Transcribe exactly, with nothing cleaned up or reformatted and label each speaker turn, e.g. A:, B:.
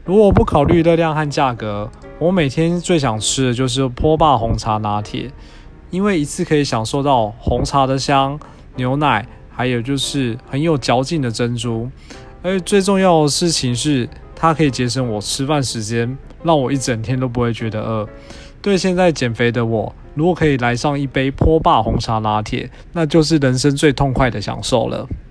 A: 如果不考虑热量和价格，我每天最想吃的就是波霸红茶拿铁，因为一次可以享受到红茶的香、牛奶，还有就是很有嚼劲的珍珠。而最重要的事情是，它可以节省我吃饭时间，让我一整天都不会觉得饿。对现在减肥的我，如果可以来上一杯波霸红茶拿铁，那就是人生最痛快的享受了。